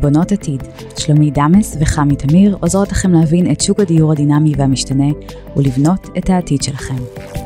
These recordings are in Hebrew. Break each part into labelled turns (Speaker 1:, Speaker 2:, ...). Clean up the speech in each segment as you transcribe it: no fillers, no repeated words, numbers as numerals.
Speaker 1: בונות עתיד. שלומי דמס וחמי תמיר עוזרות לכם להבין את שוק הדיור הדינמי והמשתנה ולבנות את העתיד שלכם.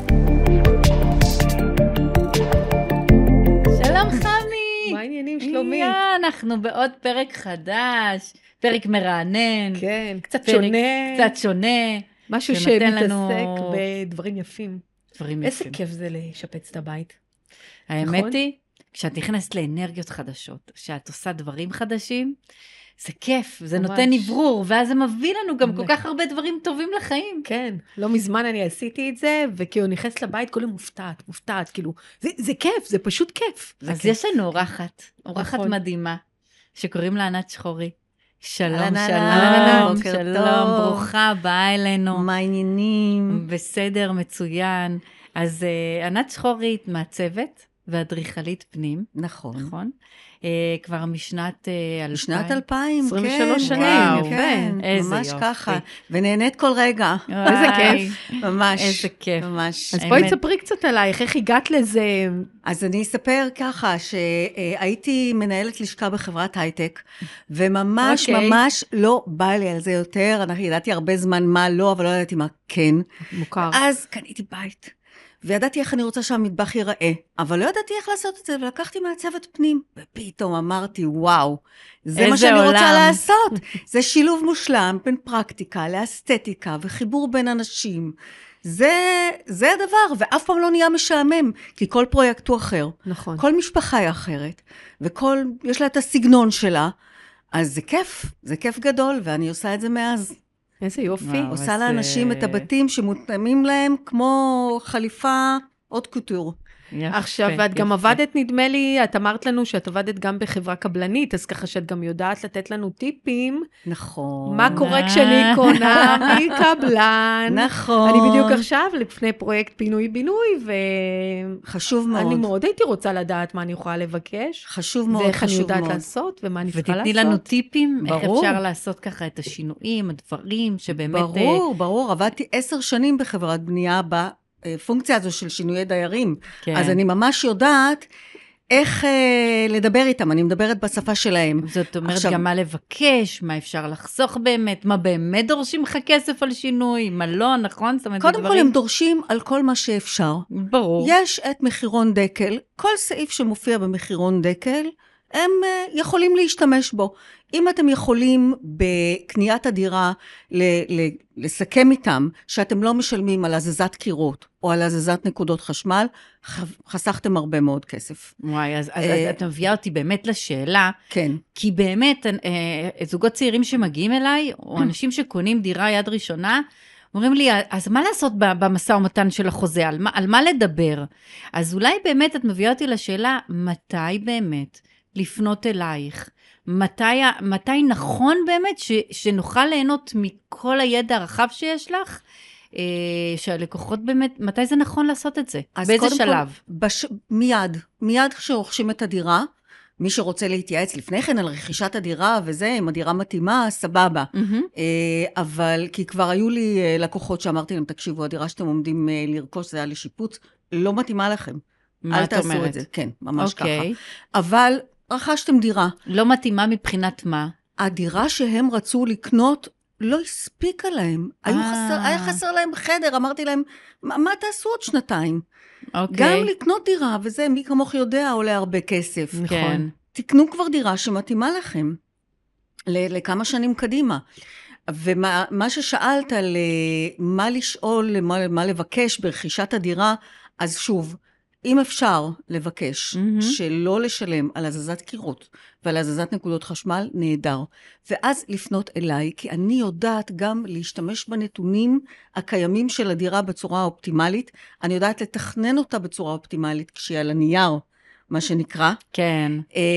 Speaker 2: שלום חמי!
Speaker 3: מה העניינים שלומי?
Speaker 2: אנחנו בעוד פרק חדש, פרק מרענן.
Speaker 3: כן, קצת
Speaker 2: פרק
Speaker 3: שונה.
Speaker 2: קצת שונה.
Speaker 3: משהו
Speaker 2: שנותן
Speaker 3: שמתעסק
Speaker 2: לנו
Speaker 3: בדברים יפים.
Speaker 2: דברים
Speaker 3: איזה
Speaker 2: יפים.
Speaker 3: כיף זה לשפץ את הבית.
Speaker 2: האמת
Speaker 3: נכון?
Speaker 2: היא, כשאת נכנסת לאנרגיות חדשות, כשאת עושה דברים חדשים, זה כיף, זה
Speaker 3: ממש.
Speaker 2: נותן עברור, ואז זה מביא לנו גם כל
Speaker 3: ממש.
Speaker 2: כך הרבה דברים טובים לחיים.
Speaker 3: כן, לא מזמן אני עשיתי את זה, וכאילו נכנסת לבית כולה מופתעת, כאילו, זה כיף, זה פשוט כיף. זה
Speaker 2: אז
Speaker 3: כיף.
Speaker 2: יש לנו אורחת
Speaker 3: נכון.
Speaker 2: מדהימה, שקוראים לה ענת שחורי. שלום,
Speaker 4: אהלן,
Speaker 2: שלום,
Speaker 4: בוקר
Speaker 2: שלום,
Speaker 4: טוב.
Speaker 2: ברוכה הבאה אלינו.
Speaker 4: מה העניינים?
Speaker 2: בסדר, מצוין. אז ענת שחורי מעצבת ואדריכלית פנים,
Speaker 4: נכון.
Speaker 2: נכון? כבר משנת 2000.
Speaker 4: בשנת 2000,
Speaker 3: 23 שנים,
Speaker 2: וואו.
Speaker 3: יפה.
Speaker 4: כן,
Speaker 2: איזה
Speaker 4: ממש
Speaker 2: יופי.
Speaker 4: ככה. ונהנית כל רגע.
Speaker 3: איזה כיף.
Speaker 4: ממש.
Speaker 2: איזה כיף.
Speaker 4: ממש.
Speaker 3: אז
Speaker 2: האמת.
Speaker 3: בואי תספרי קצת עלייך, איך הגעת לזה?
Speaker 4: אז אני אספר ככה, שהייתי מנהלת לשכה בחברת הייטק, וממש
Speaker 3: אוקיי.
Speaker 4: ממש לא בא לי על זה יותר. אני ידעתי הרבה זמן מה לא, אבל לא ידעתי מה כן.
Speaker 3: מוכר.
Speaker 4: אז קניתי בית, וידעתי איך אני רוצה שהמטבח ייראה, אבל לא ידעתי איך לעשות את זה, ולקחתי מעצבת פנים, ופתאום אמרתי, וואו, זה מה
Speaker 2: איזה
Speaker 4: שאני רוצה
Speaker 2: עולם.
Speaker 4: לעשות. זה שילוב מושלם בין פרקטיקה לאסתטיקה, וחיבור בין אנשים. זה הדבר, ואף פעם לא נהיה משעמם, כי כל פרויקט הוא אחר.
Speaker 3: נכון.
Speaker 4: כל משפחה היא אחרת, יש לה את הסגנון שלה, אז זה כיף גדול, ואני עושה את זה מאז.
Speaker 3: איזה יופי.
Speaker 2: וואו.
Speaker 4: עושה
Speaker 2: אז,
Speaker 4: לאנשים את הבתים שמותאמים להם כמו חליפה עוד קוטור.
Speaker 2: יפה,
Speaker 3: עכשיו, ואת גם
Speaker 2: יפה.
Speaker 3: עבדת, נדמה לי, את אמרת לנו שאת עבדת גם בחברה קבלנית, אז ככה שאת גם יודעת לתת לנו טיפים,
Speaker 4: נכון.
Speaker 3: מה קורה כשאני קונה מקבלן.
Speaker 4: נכון.
Speaker 3: אני בדיוק עכשיו לפני פרויקט פינוי-בינוי,
Speaker 4: חשוב
Speaker 3: ואני
Speaker 4: מאוד.
Speaker 3: מאוד הייתי רוצה לדעת מה אני יכולה לבקש,
Speaker 4: חשוב מאוד,
Speaker 3: ואיך אני
Speaker 4: חשוב
Speaker 3: יודעת
Speaker 4: מאוד.
Speaker 3: לעשות, ומה אני צריכה לעשות.
Speaker 2: ותתני לנו טיפים, איך
Speaker 3: ברור.
Speaker 2: אפשר לעשות ככה את השינויים, הדברים שבאמת...
Speaker 4: ברור. עבדתי 10 שנים בחברת בנייה בפונקציה הזו של שינויי דיירים.
Speaker 2: כן.
Speaker 4: אז אני ממש יודעת איך לדבר איתם. אני מדברת בשפה שלהם.
Speaker 2: זאת אומרת
Speaker 4: עכשיו-
Speaker 2: גם מה לבקש, מה אפשר לחסוך באמת, מה באמת דורשים לך כסף על שינוי, מה לא, נכון? זאת אומרת,
Speaker 4: קודם כל
Speaker 2: דברים-
Speaker 4: הם דורשים על כל מה שאפשר.
Speaker 2: ברור.
Speaker 4: יש את מחירון דקל, כל סעיף שמופיע במחירון דקל, הם יכולים להשתמש בו. אם אתם יכולים בקניית הדירה לסכם איתם שאתם לא משלמים על הזזת קירות או על הזזת נקודות חשמל, חסכתם הרבה מאוד כסף.
Speaker 2: וואי, אז את מביאה אותי באמת לשאלה,
Speaker 4: כן.
Speaker 2: כי באמת, זוגות צעירים שמגיעים אליי, או אנשים שקונים דירה יד ראשונה, אומרים לי, אז מה לעשות במשא ומתן של החוזה? על מה לדבר? אז אולי באמת את מביאה אותי לשאלה, מתי באמת לפנות אלייך? מתי נכון באמת שנוכל ליהנות מכל הידע הרחב שיש לך? שהלקוחות באמת, מתי זה נכון לעשות את זה?
Speaker 4: אז
Speaker 2: באיזה
Speaker 4: קודם
Speaker 2: שלב?
Speaker 4: מיד כשרוכשים את הדירה, מי שרוצה להתייעץ לפני כן על רכישת הדירה וזה, אם הדירה מתאימה, סבבה. אבל, כי כבר היו לי לקוחות שאמרתי להם, תקשיבו, הדירה שאתם עומדים לרכוש, זה היה לשיפוץ, לא מתאימה לכם.
Speaker 2: מה
Speaker 4: אל
Speaker 2: את
Speaker 4: תעשו
Speaker 2: אומרת?
Speaker 4: את זה. כן, ממש ככה.
Speaker 2: אוקיי.
Speaker 4: אבל רכשתם דירה.
Speaker 2: לא מתאימה מבחינת מה?
Speaker 4: הדירה שהם רצו לקנות לא הספיקה להם. היה חסר להם חדר, אמרתי להם, מה תעשו עוד שנתיים?
Speaker 2: אוקיי.
Speaker 4: גם לקנות דירה, וזה מי כמוך יודע, עולה הרבה כסף.
Speaker 2: כן.
Speaker 4: תקנו כבר דירה שמתאימה לכם, לכמה שנים קדימה. ומה ששאלת על מה לשאול, מה לבקש ברכישת הדירה, אז שוב, אם אפשר לבקש שלא לשלם על הזזת קירות ועל הזזת נקודות חשמל, נהדר. ואז לפנות אליי, כי אני יודעת גם להשתמש בנתונים הקיימים של הדירה בצורה אופטימלית, אני יודעת לתכנן אותה בצורה אופטימלית כשהיא על הנייר, מה שנקרא.
Speaker 2: כן.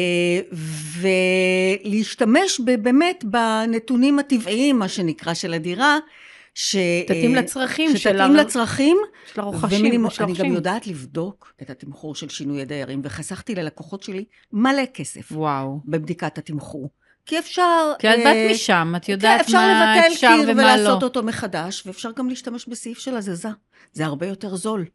Speaker 4: ולהשתמש באמת בנתונים הטבעיים, מה שנקרא, של הדירה,
Speaker 3: תתאים לצרכים
Speaker 4: שתתאים לצרכים,
Speaker 3: של הרוכשים.
Speaker 4: אני גם יודעת לבדוק את התמחור של שינוי דיירים, וחסכתי ללקוחות שלי מלא כסף.
Speaker 2: וואו.
Speaker 4: בבדיקת התמחור. כי אפשר...
Speaker 2: כי את באת משם, את יודעת
Speaker 4: אפשר
Speaker 2: מה
Speaker 4: לבטל
Speaker 2: אפשר
Speaker 4: קיר
Speaker 2: ומה לא.
Speaker 4: ולעשות אותו מחדש, ואפשר גם להשתמש בסעיף של הזזה. זה הרבה יותר זול.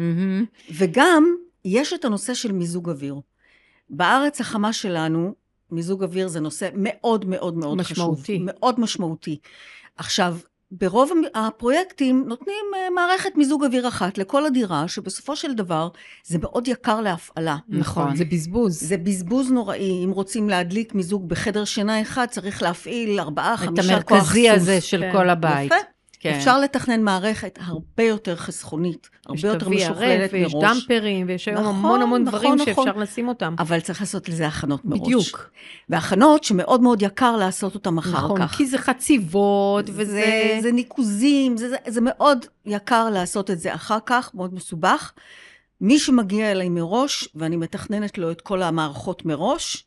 Speaker 4: וגם יש את הנושא של מיזוג אוויר. בארץ החמה שלנו, מיזוג אוויר זה נושא מאוד מאוד מאוד
Speaker 3: משמעותי.
Speaker 4: חשוב. מאוד משמעותי. עכשיו, ברוב הפרויקטים נותנים מערכת מיזוג אוויר אחת לכל הדירה, שבסופו של דבר זה מאוד יקר להפעלה.
Speaker 2: נכון.
Speaker 3: זה בזבוז.
Speaker 4: זה בזבוז נוראי. אם רוצים להדליק מיזוג בחדר שינה אחד, צריך להפעיל 4-5 כוח סוס.
Speaker 2: את המרכזי הזה של
Speaker 3: כן.
Speaker 2: כל הבית.
Speaker 4: יפה.
Speaker 2: כן.
Speaker 4: אפשר לתכנן מערכת הרבה יותר חסכונית, הרבה יותר משוכללת מראש.
Speaker 3: ויש דמפרים, ויש היום
Speaker 4: נכון,
Speaker 3: המון
Speaker 4: נכון,
Speaker 3: דברים
Speaker 4: נכון.
Speaker 3: שאפשר לשים אותם.
Speaker 4: אבל צריך לעשות לזה הכנות מראש.
Speaker 3: בדיוק.
Speaker 4: והכנות שמאוד מאוד יקר לעשות אותם אחר
Speaker 3: נכון,
Speaker 4: כך.
Speaker 3: כי זה חציבות, וזה...
Speaker 4: זה ניקוזים, זה מאוד יקר לעשות את זה אחר כך, מאוד מסובך. מי שמגיע אליי מראש, ואני מתכננת לו את כל המערכות מראש,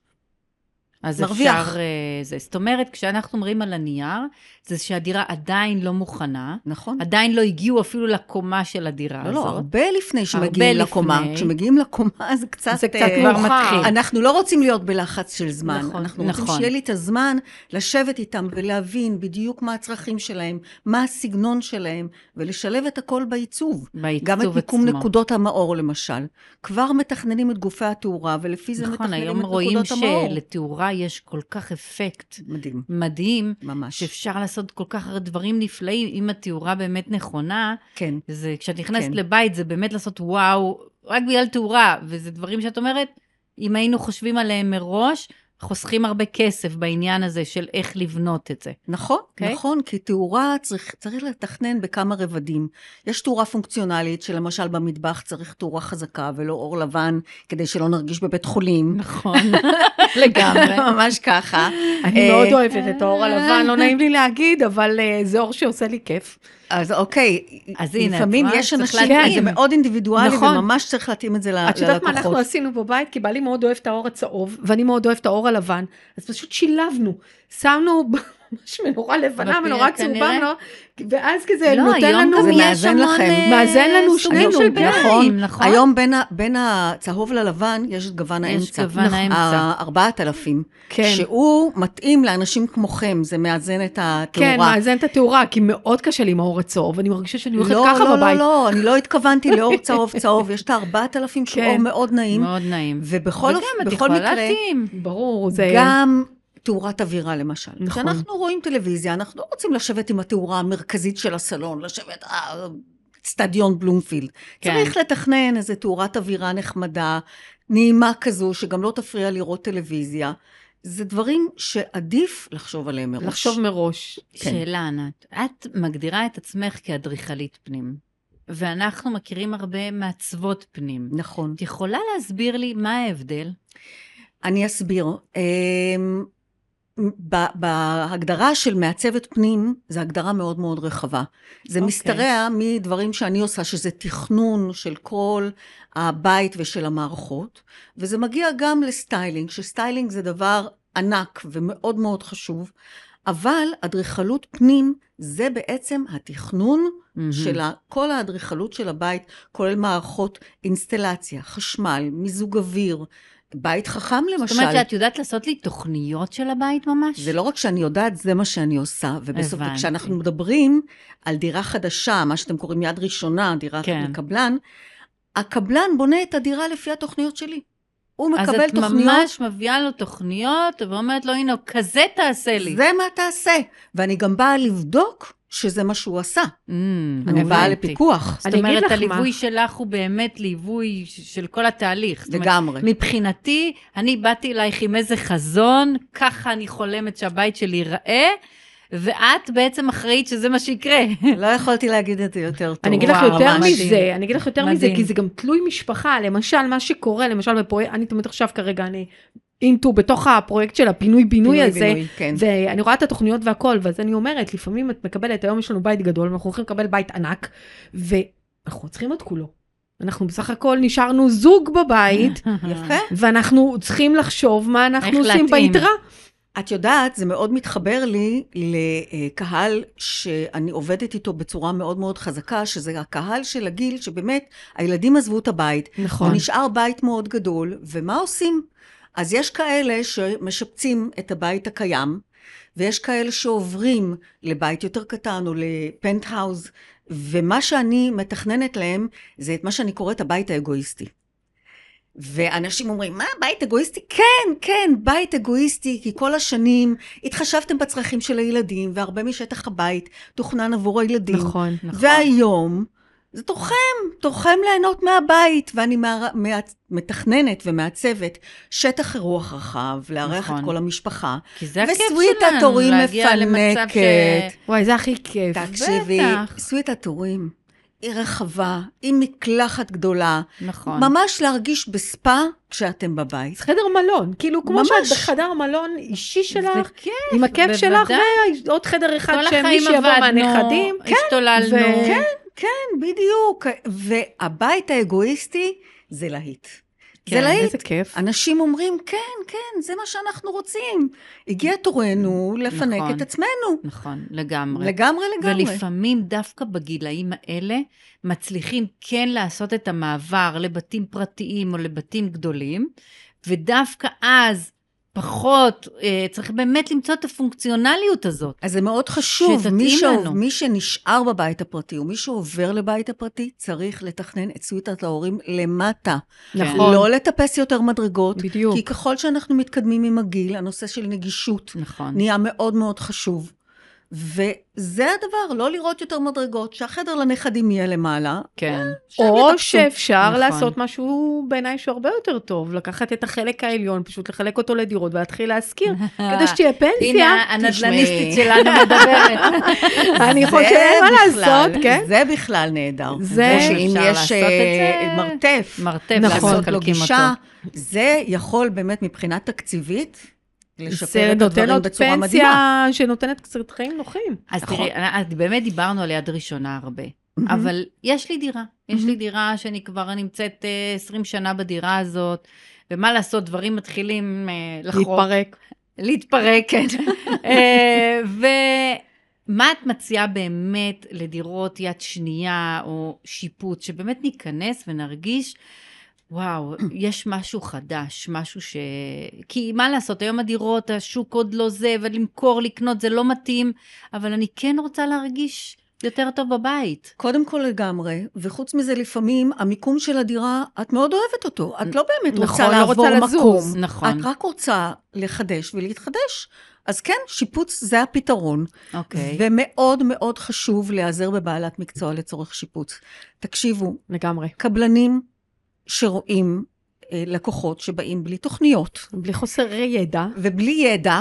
Speaker 2: אז
Speaker 4: מרוויח.
Speaker 2: אפשר, זאת אומרת, כשאנחנו אומרים על הנייר, זה שהדירה עדיין לא מוכנה,
Speaker 4: נכון?
Speaker 2: עדיין לא הגיעו אפילו לקומה של הדירה
Speaker 4: לא,
Speaker 2: הזאת.
Speaker 4: לא, הרבה לפני שמגיעים
Speaker 2: הרבה
Speaker 4: לקומה.
Speaker 2: לפני.
Speaker 4: כשמגיעים לקומה זה קצת...
Speaker 3: זה קצת
Speaker 2: כבר
Speaker 3: מאוחר.
Speaker 2: מתחיל.
Speaker 4: אנחנו לא רוצים להיות בלחץ של זמן.
Speaker 3: נכון,
Speaker 4: אנחנו רוצים
Speaker 2: נכון.
Speaker 4: שיהיה לי את הזמן לשבת איתם ולהבין בדיוק מה הצרכים שלהם, מה הסגנון שלהם, ולשלב את הכל בעיצוב.
Speaker 2: בעיצוב
Speaker 4: גם את מיקום
Speaker 2: עצמו.
Speaker 4: נקודות המאור למשל. כבר מתכננים את גופי התאורה, ולפי זה
Speaker 2: נכון,
Speaker 4: מתכננים
Speaker 2: היום
Speaker 4: את
Speaker 2: רואים
Speaker 4: נקודות המאור.
Speaker 2: שלתאורה יש כל כך אפקט
Speaker 4: מדהים,
Speaker 2: מדהים,
Speaker 4: ממש.
Speaker 2: שאפשר לעשות כל כך הרבה דברים נפלאים, אם התאורה באמת נכונה,
Speaker 4: כן.
Speaker 2: זה, כשאת נכנסת
Speaker 4: כן.
Speaker 2: לבית, זה באמת לעשות וואו, רק בגלל תאורה, וזה דברים שאת אומרת, אם היינו חושבים עליהם מראש, חוסכים הרבה כסף בעניין הזה של איך לבנות את זה.
Speaker 4: נכון,
Speaker 2: אוקיי?
Speaker 4: נכון, כי תאורה צריך לתכנן בכמה רבדים. יש תאורה פונקציונלית, שלמשל במטבח צריך תאורה חזקה ולא אור לבן, כדי שלא נרגיש בבית חולים.
Speaker 2: נכון, לגמרי.
Speaker 4: ממש ככה.
Speaker 3: אני מאוד אוהבת את האור הלבן, לא נעים לי להגיד, אבל זה אור שעושה לי כיף.
Speaker 4: אז אוקיי,
Speaker 2: אז הנה,
Speaker 4: לפעמים
Speaker 2: את רואה,
Speaker 4: יש
Speaker 2: צריך
Speaker 4: אנשים,
Speaker 2: להתאים.
Speaker 4: זה מאוד אינדיבידואלי,
Speaker 3: נכון.
Speaker 4: וממש צריך להתאים את זה ללקוחות.
Speaker 3: את יודעת מה אנחנו עשינו בבית? כי בעלי מאוד אוהב את האור הצהוב, ואני מאוד אוהב את האור הלבן, אז פשוט שילבנו, שמנו ממש מנורה לבנה, מנורה צהובה, ואז כזה
Speaker 2: לא,
Speaker 3: נותן
Speaker 2: היום
Speaker 3: לנו,
Speaker 2: גם
Speaker 4: זה
Speaker 2: יש
Speaker 4: מאזן
Speaker 2: המון
Speaker 4: לכם.
Speaker 3: מאזן לנו
Speaker 2: סוגים
Speaker 3: שנינו,
Speaker 2: של ביניים, נכון?
Speaker 4: היום בין הצהוב ללבן יש את גוון האמצע.
Speaker 2: גוון האמצע.
Speaker 4: 4,000.
Speaker 3: כן.
Speaker 4: שהוא מתאים לאנשים כמוכם, זה מאזן את התאורה.
Speaker 3: כן, מאזן את התאורה, כי מאוד קשה לי עם האור הצהוב, ואני מרגישה שאני הולכת
Speaker 4: לא,
Speaker 3: ככה
Speaker 4: לא,
Speaker 3: בבית.
Speaker 4: לא, אני לא התכוונתי לאור צהוב, יש את 4,000 שהוא
Speaker 3: כן.
Speaker 4: אור מאוד נעים.
Speaker 2: מאוד נעים.
Speaker 4: ובכל
Speaker 2: וגם את יכולה
Speaker 4: מקרה,
Speaker 2: להתאים.
Speaker 3: ברור, זה...
Speaker 4: גם תאורת אווירה למשל.
Speaker 3: נכון.
Speaker 4: כשאנחנו רואים טלוויזיה, אנחנו לא רוצים לשבת עם התאורה המרכזית של הסלון, לשבת סטדיון בלומפילד.
Speaker 2: כן.
Speaker 4: צריך לתכנן איזו תאורת אווירה נחמדה, נעימה כזו, שגם לא תפריע לראות טלוויזיה. זה דברים שעדיף לחשוב עליהם מראש.
Speaker 3: לחשוב מראש.
Speaker 4: כן.
Speaker 2: שאלה, ענת, את מגדירה את עצמך כאדריכלית פנים, ואנחנו מכירים הרבה מעצבות פנים.
Speaker 4: נכון.
Speaker 2: את יכולה להסביר לי מה ההבדל?
Speaker 4: אני אסביר. בהגדרה של מעצבת פנים, זו הגדרה מאוד מאוד רחבה. זה משתרע מדברים שאני עושה, שזה תכנון של כל הבית ושל המערכות, וזה מגיע גם לסטיילינג, שסטיילינג זה דבר ענק ומאוד מאוד חשוב, אבל אדריכלות פנים זה בעצם התכנון של כל האדריכלות של הבית, כולל מערכות אינסטלציה, חשמל, מיזוג אוויר, בית חכם למשל.
Speaker 2: זאת אומרת שאת יודעת לעשות לי תוכניות של הבית ממש?
Speaker 4: זה לא רק שאני יודעת, זה מה שאני עושה. ובסוף,
Speaker 2: הבנתי.
Speaker 4: כשאנחנו מדברים על דירה חדשה, מה שאתם קוראים יד ראשונה, דירה
Speaker 2: כן.
Speaker 4: מקבלן, הקבלן בונה את הדירה לפי התוכניות שלי. הוא מקבל
Speaker 2: אז את
Speaker 4: תוכניות.
Speaker 2: ממש מביאה לו תוכניות, ואומרת לו, הנה, כזה תעשה לי.
Speaker 4: זה מה תעשה. ואני גם באה לבדוק שזה מה שהוא עשה. אני באה
Speaker 2: הבנתי.
Speaker 4: לפיקוח.
Speaker 2: זאת
Speaker 3: אני אגיד
Speaker 2: אומרת,
Speaker 3: לך
Speaker 2: הליווי
Speaker 3: מה.
Speaker 2: שלך הוא באמת ליווי של כל התהליך. זאת אומרת,
Speaker 4: לגמרי.
Speaker 2: מבחינתי, אני באתי אלייך עם איזה חזון, ככה אני חולמת שהבית שלי ייראה, ואת בעצם אחראית שזה מה שיקרה.
Speaker 4: לא יכולתי להגיד את זה יותר טוב.
Speaker 3: אני אגיד לך
Speaker 2: וואו,
Speaker 3: יותר
Speaker 2: מדהים.
Speaker 3: מזה, אני אגיד לך יותר מזה,
Speaker 2: מדהים.
Speaker 3: כי זה גם תלוי משפחה, למשל, מה שקורה, למשל בפרויקט, אני תמיד עכשיו כרגע, אני אינטו בתוך הפרויקט של הפינוי-בינוי הזה,
Speaker 4: פינוי, כן.
Speaker 3: ואני רואה את התוכניות והכל, ואז אני אומרת, לפעמים את מקבלת, היום יש לנו בית גדול, ואנחנו הולכים לקבל בית ענק, ואנחנו צריכים את כולו. אנחנו בסך הכל נשארנו זוג בבית,
Speaker 4: יפה.
Speaker 3: ואנחנו צריכים לחשוב מה אנחנו
Speaker 2: איך
Speaker 3: עושים
Speaker 2: להתאים.
Speaker 3: ביתרה.
Speaker 4: את יודעת, זה מאוד מתחבר לי לקהל שאני עובדת איתו בצורה מאוד מאוד חזקה, שזה הקהל של הגיל שבאמת הילדים עזבו את הבית,
Speaker 3: נכון.
Speaker 4: ונשאר בית מאוד גדול, ומה עושים? אז יש כאלה שמשפצים את הבית הקיים, ויש כאלה שעוברים לבית יותר קטן או לפנטהאוז, ומה שאני מתכננת להם זה את מה שאני קוראת הבית האגואיסטי. ואנשים אומרים, מה, בית אגואיסטי? כן, כן, בית אגואיסטי, כי כל השנים התחשבתם בצרכים של הילדים, והרבה משטח הבית תוכנן עבור הילדים.
Speaker 3: נכון.
Speaker 4: והיום, זה תורכם ליהנות מהבית, ואני מתכננת ומעצבת שטח אירוח רחב, לארח את כל המשפחה.
Speaker 2: כי זה הכיף
Speaker 4: וסווית
Speaker 2: שלנו,
Speaker 4: התורים
Speaker 2: להגיע למצב
Speaker 4: מפנקת.
Speaker 3: וואי, זה הכי כיף.
Speaker 4: תקשיבי, סווית התורים היא רחבה, היא מקלחת גדולה.
Speaker 2: נכון.
Speaker 4: ממש להרגיש בספה כשאתם בבית.
Speaker 3: חדר מלון, כאילו כמו
Speaker 4: ממש.
Speaker 3: שאת בחדר מלון אישי שלך,
Speaker 2: זה כיף,
Speaker 3: עם הכיף שלך, ועוד חדר אחד שמי שיבוא מהנכדים.
Speaker 2: השתוללנו.
Speaker 4: כן, כן, בדיוק. והבית האגואיסטי זה להיט. זה להיט.
Speaker 3: איזה כיף.
Speaker 4: אנשים אומרים, כן, כן, זה מה שאנחנו רוצים. הגיע תורנו לפנק את עצמנו.
Speaker 2: נכון, לגמרי.
Speaker 4: לגמרי.
Speaker 2: ולפעמים דווקא בגילאים האלה, מצליחים כן לעשות את המעבר לבתים פרטיים או לבתים גדולים, ודווקא אז פחות, צריך באמת למצוא את הפונקציונליות הזאת.
Speaker 4: אז זה מאוד חשוב,
Speaker 2: שתתאים לנו.
Speaker 4: מי שנשאר בבית הפרטי, ומי שעובר לבית הפרטי, צריך לתכנן את סוויטת ההורים למטה.
Speaker 3: נכון.
Speaker 4: לא לטפס יותר מדרגות,
Speaker 3: בדיוק.
Speaker 4: כי ככל שאנחנו מתקדמים עם הגיל, הנושא של נגישות
Speaker 2: נכון.
Speaker 4: נהיה מאוד מאוד חשוב. וזה הדבר, לא לראות יותר מדרגות, שהחדר לנכדים יהיה למעלה.
Speaker 2: כן.
Speaker 3: או שאפשר
Speaker 2: נכון.
Speaker 3: לעשות משהו בעיניי שהוא הרבה יותר טוב, לקחת את החלק העליון, פשוט לחלק אותו לדירות ולהתחיל להזכיר, כדי שתהיה פנסיה.
Speaker 2: הנה, הנדל"ניסטית שלנו מדברת.
Speaker 3: אני חושבת שאין מה לעשות, כן?
Speaker 4: זה בכלל נהדר.
Speaker 3: זה
Speaker 4: שאם
Speaker 2: אפשר
Speaker 4: יש
Speaker 2: לעשות את זה.
Speaker 4: מרתף,
Speaker 2: נכון.
Speaker 4: לעשות לו
Speaker 2: מחלקים
Speaker 4: גישה,
Speaker 2: אותו.
Speaker 4: זה יכול באמת מבחינה תקציבית, לשפר
Speaker 3: זה
Speaker 4: את
Speaker 3: נותן
Speaker 4: הדברים
Speaker 3: עוד
Speaker 4: בצורה מדהימה.
Speaker 3: פנסיה שנותנת קצת חיים נוחים.
Speaker 2: אז
Speaker 4: נכון.
Speaker 2: תראי, באמת דיברנו על יד ראשונה הרבה, אבל יש לי דירה. יש לי דירה שאני כבר נמצאת 20 שנה בדירה הזאת, ומה לעשות, דברים מתחילים לחרוק. להתפרק, כן. ומה את מציעה באמת לדירות יד שנייה, או שיפוץ, שבאמת ניכנס ונרגיש, וואו, יש משהו חדש, משהו כי מה לעשות, היום הדירות, השוק עוד לא זה, ולמכור, לקנות, זה לא מתאים, אבל אני כן רוצה להרגיש יותר טוב בבית.
Speaker 4: קודם כל לגמרי, וחוץ מזה לפעמים, המיקום של הדירה, את מאוד אוהבת אותו. את לא באמת
Speaker 3: נכון,
Speaker 4: רוצה
Speaker 3: לא
Speaker 4: לעבור
Speaker 3: רוצה
Speaker 4: מקום.
Speaker 3: לזוז.
Speaker 2: נכון.
Speaker 4: את רק רוצה לחדש ולהתחדש. אז כן, שיפוץ זה הפתרון.
Speaker 2: אוקיי.
Speaker 4: ומאוד מאוד חשוב להיעזר בבעלת מקצוע לצורך שיפוץ. תקשיבו,
Speaker 3: לגמרי.
Speaker 4: קבלנים שרואים לקוחות שבאים בלי תוכניות.
Speaker 3: בלי חוסר ידע.
Speaker 4: ובלי ידע,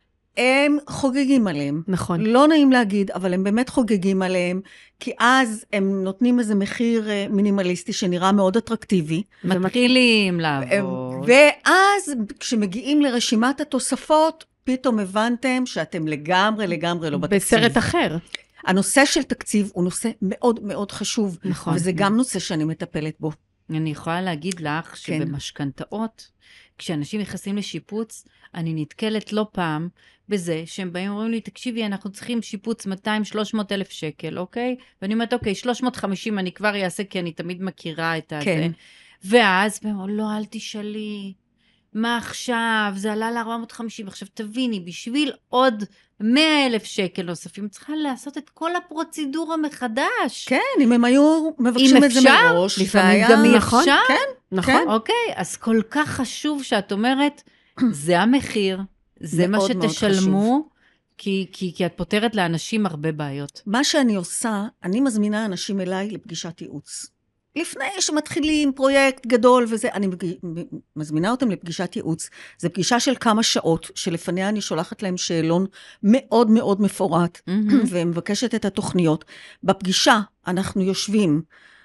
Speaker 4: הם חוגגים עליהם.
Speaker 3: נכון.
Speaker 4: לא נעים להגיד, אבל הם באמת חוגגים עליהם, כי אז הם נותנים איזה מחיר מינימליסטי שנראה מאוד אטרקטיבי.
Speaker 2: מתחילים לעבוד.
Speaker 4: ואז כשמגיעים לרשימת התוספות, פתאום הבנתם שאתם לגמרי לא בתקציב.
Speaker 3: בסרט אחר.
Speaker 4: הנושא של תקציב הוא נושא מאוד מאוד חשוב.
Speaker 2: נכון.
Speaker 4: וזה גם נושא שאני מטפלת בו.
Speaker 2: אני יכולה להגיד לך שבמשכנתאות, כשאנשים נכנסים לשיפוץ, אני נתקלת לא פעם בזה שהם באים ואומרים לי, תקשיבי, אנחנו צריכים שיפוץ 200-300 אלף שקל, אוקיי? ואני אומרת, אוקיי, 350 אני כבר אעשה, כי אני תמיד מכירה את הזה.
Speaker 4: כן.
Speaker 2: ואז, לא, אל תשאלי, מה עכשיו? זה עלה ל-450, עכשיו תביני, בשביל עוד 100,000 שקל נוספים, צריכה לעשות את כל הפרוצדורה מחדש.
Speaker 4: כן, אם הם היו מבקשים את זה מראש.
Speaker 2: לפעמים גם אי אפשר.
Speaker 4: כן,
Speaker 3: נכון.
Speaker 2: אוקיי, אז כל כך חשוב שאת אומרת, זה המחיר, זה מה
Speaker 4: מאוד מאוד
Speaker 2: שתשלמו, כי את פותרת לאנשים הרבה בעיות.
Speaker 4: מה שאני עושה, אני מזמינה אנשים אליי לפגישת ייעוץ. לפני שמתחילים פרויקט גדול וזה, אני מזמינה אותם לפגישת ייעוץ. זו פגישה של כמה שעות, שלפניה אני שולחת להם שאלון מאוד מאוד מפורט, ומבקשת את התוכניות. בפגישה אנחנו יושבים,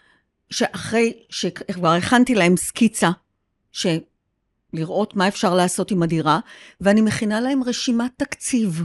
Speaker 4: שאחרי שכבר הכנתי להם סקיצה, לראות מה אפשר לעשות עם הדירה, ואני מכינה להם רשימת תקציב.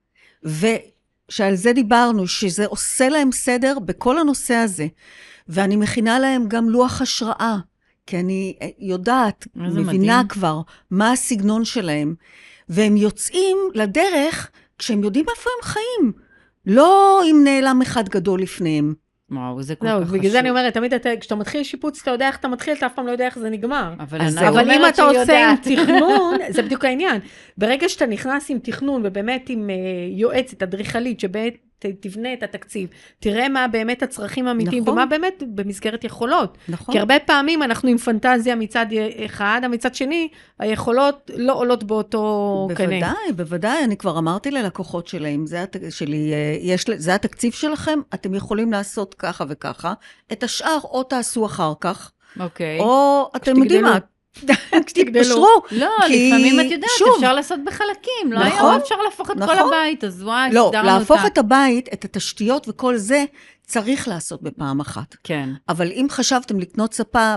Speaker 4: ושעל זה דיברנו, שזה עושה להם סדר בכל הנושא הזה. ואני מכינה להם גם לוח השראה, כי אני יודעת, מבינה כבר מה הסגנון שלהם. והם יוצאים לדרך כשהם יודעים איפה הם חיים. לא אם נעלם אחד גדול לפניהם.
Speaker 2: וואו, זה כל כך חשוב.
Speaker 3: בגלל זה אני אומרת, תמיד כשאתה מתחיל שיפוץ, אתה יודע איך אתה מתחיל, אתה אף פעם לא יודע איך זה נגמר.
Speaker 2: אבל
Speaker 3: אם אתה עושה עם תכנון, זה בדיוק העניין. ברגע שאתה נכנס עם תכנון, ובאמת עם יועצת, אדריכלית, שבאמת תבנה את התקציב, תראה מה באמת הצרכים האמיתיים,
Speaker 4: נכון.
Speaker 3: ומה באמת במסגרת יכולות.
Speaker 4: נכון.
Speaker 3: כי הרבה פעמים אנחנו עם פנטזיה מצד אחד, מצד שני, היכולות לא עולות באותו קנה.
Speaker 4: בוודאי, בוודאי, אני כבר אמרתי ללקוחות שלהם, זה התקציב שלכם, אתם יכולים לעשות ככה וככה, את השאר או תעשו אחר כך,
Speaker 2: אוקיי.
Speaker 4: או אתם יודעים מה, תתפשרו.
Speaker 2: לא,
Speaker 4: כי,
Speaker 2: לפעמים את יודעת,
Speaker 4: שוב,
Speaker 2: אפשר לעשות בחלקים, לא
Speaker 4: נכון,
Speaker 2: היום אפשר להפוך את כל
Speaker 4: נכון.
Speaker 2: הבית, אז וואי,
Speaker 4: לא,
Speaker 2: סדרנו אותה.
Speaker 4: להפוך את הבית, את התשתיות וכל זה, צריך לעשות בפעם אחת.
Speaker 2: כן.
Speaker 4: אבל אם חשבתם לקנות ספה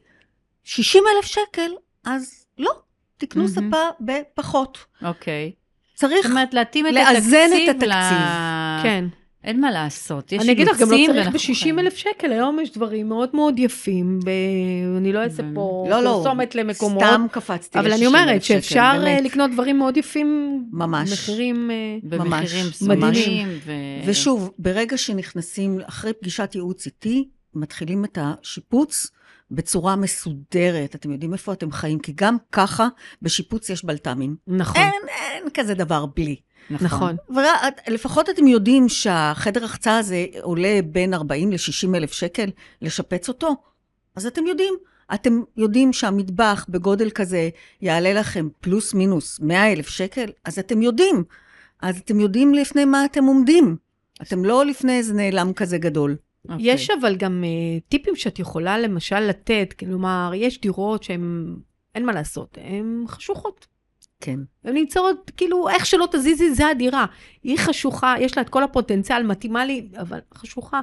Speaker 4: ב-60,000 שקל, אז לא, תקנו ספה בפחות.
Speaker 2: אוקיי.
Speaker 4: צריך
Speaker 2: זאת אומרת, להתאים את
Speaker 4: לאזן את
Speaker 2: התקציב.
Speaker 4: התקציב.
Speaker 3: כן.
Speaker 2: אין מה לעשות, יש
Speaker 3: אני אגיד לך, גם לא
Speaker 2: אילוצים
Speaker 3: צריך
Speaker 2: ואנחנו
Speaker 3: ב-60,000 שקל, היום יש דברים מאוד מאוד יפים, אני לא אעשה פה פרסומת למקומות,
Speaker 4: סתם קפצתי
Speaker 3: אבל אני אומרת שאפשר לקנות דברים מאוד יפים,
Speaker 4: ממש.
Speaker 3: במחירים
Speaker 2: במחירים
Speaker 3: מדהימים.
Speaker 2: סבירים.
Speaker 4: ושוב, ברגע שנכנסים, אחרי פגישת ייעוץ איתי, מתחילים את השיפוץ בצורה מסודרת. אתם יודעים איפה אתם חיים, כי גם ככה בשיפוץ יש בלת"מים.
Speaker 3: נכון.
Speaker 4: אין כזה דבר בלי.
Speaker 3: נכון.
Speaker 4: לפחות אתם יודעים שהחדר החצה הזה עולה בין 40 ל-60 אלף שקל לשפץ אותו, אז אתם יודעים שהמטבח בגודל כזה יעלה לכם פלוס מינוס 100 אלף שקל, אז אתם יודעים לפני מה אתם עומדים. אתם לא לפני איזה נעלם כזה גדול.
Speaker 3: יש אבל גם טיפים שאת יכולה למשל לתת, כלומר, יש דירות שהן, אין מה לעשות, הן חשוכות.
Speaker 4: כן.
Speaker 3: הן נמצאות, כאילו, איך שלא תזיזי, זה הדירה. היא חשוכה, יש לה את כל הפוטנציאל, מתאימה לי, אבל חשוכה.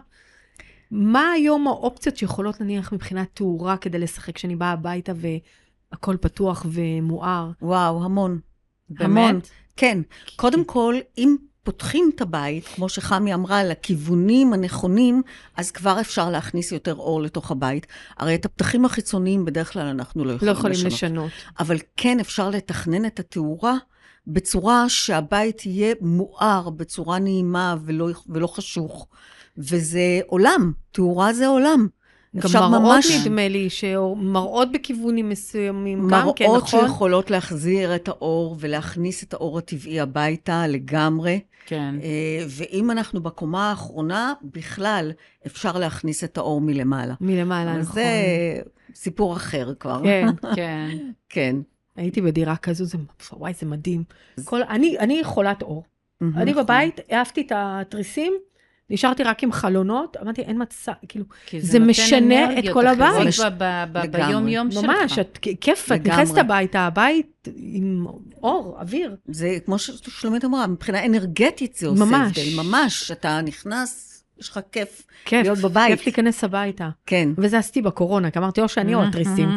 Speaker 3: מה היום האופציות שיכולות נניח מבחינת תאורה כדי לשחק כשאני באה הביתה והכל פתוח ומואר?
Speaker 4: וואו, המון.
Speaker 2: באמת?
Speaker 4: המון. כן. קודם כל, אם פותחים את הבית, כמו שחמי אמרה, לכיוונים הנכונים, אז כבר אפשר להכניס יותר אור לתוך הבית. הרי את הפתחים החיצוניים בדרך כלל אנחנו לא יכולים לשנות. אבל כן אפשר לתכנן את התאורה בצורה שהבית יהיה מואר, בצורה נעימה ולא חשוך. וזה עולם, תאורה זה עולם.
Speaker 3: גם מראות נדמה לי, שמראות בכיוונים מסוימים, גם כן, נכון?
Speaker 4: מראות שיכולות להחזיר את האור ולהכניס את האור הטבעי הביתה לגמרי.
Speaker 2: כן.
Speaker 4: ואם אנחנו בקומה האחרונה, בכלל אפשר להכניס את האור מלמעלה.
Speaker 3: מלמעלה, נכון.
Speaker 4: זה סיפור אחר כבר.
Speaker 3: כן,
Speaker 2: כן.
Speaker 4: כן.
Speaker 3: הייתי בדירה כזו, וואי, זה מדהים. אני חולת אור. אני בבית, אהבתי את התריסים, נשארתי רק עם חלונות, אמרתי, אין מצע, כאילו, זה משנה את כל הבית.
Speaker 2: ביום יום שלך.
Speaker 3: ממש, כיף, את נכנסת הביתה, הבית עם אור, אוויר.
Speaker 4: זה כמו ששלומית אמרה, מבחינה אנרגטית זה עושה הבדל, ממש, אתה נכנס, יש לך כיף להיות בבית.
Speaker 3: כיף להיכנס הביתה.
Speaker 4: כן.
Speaker 3: וזה עשיתי בקורונה, כי אמרתי, או שאני או התריסים.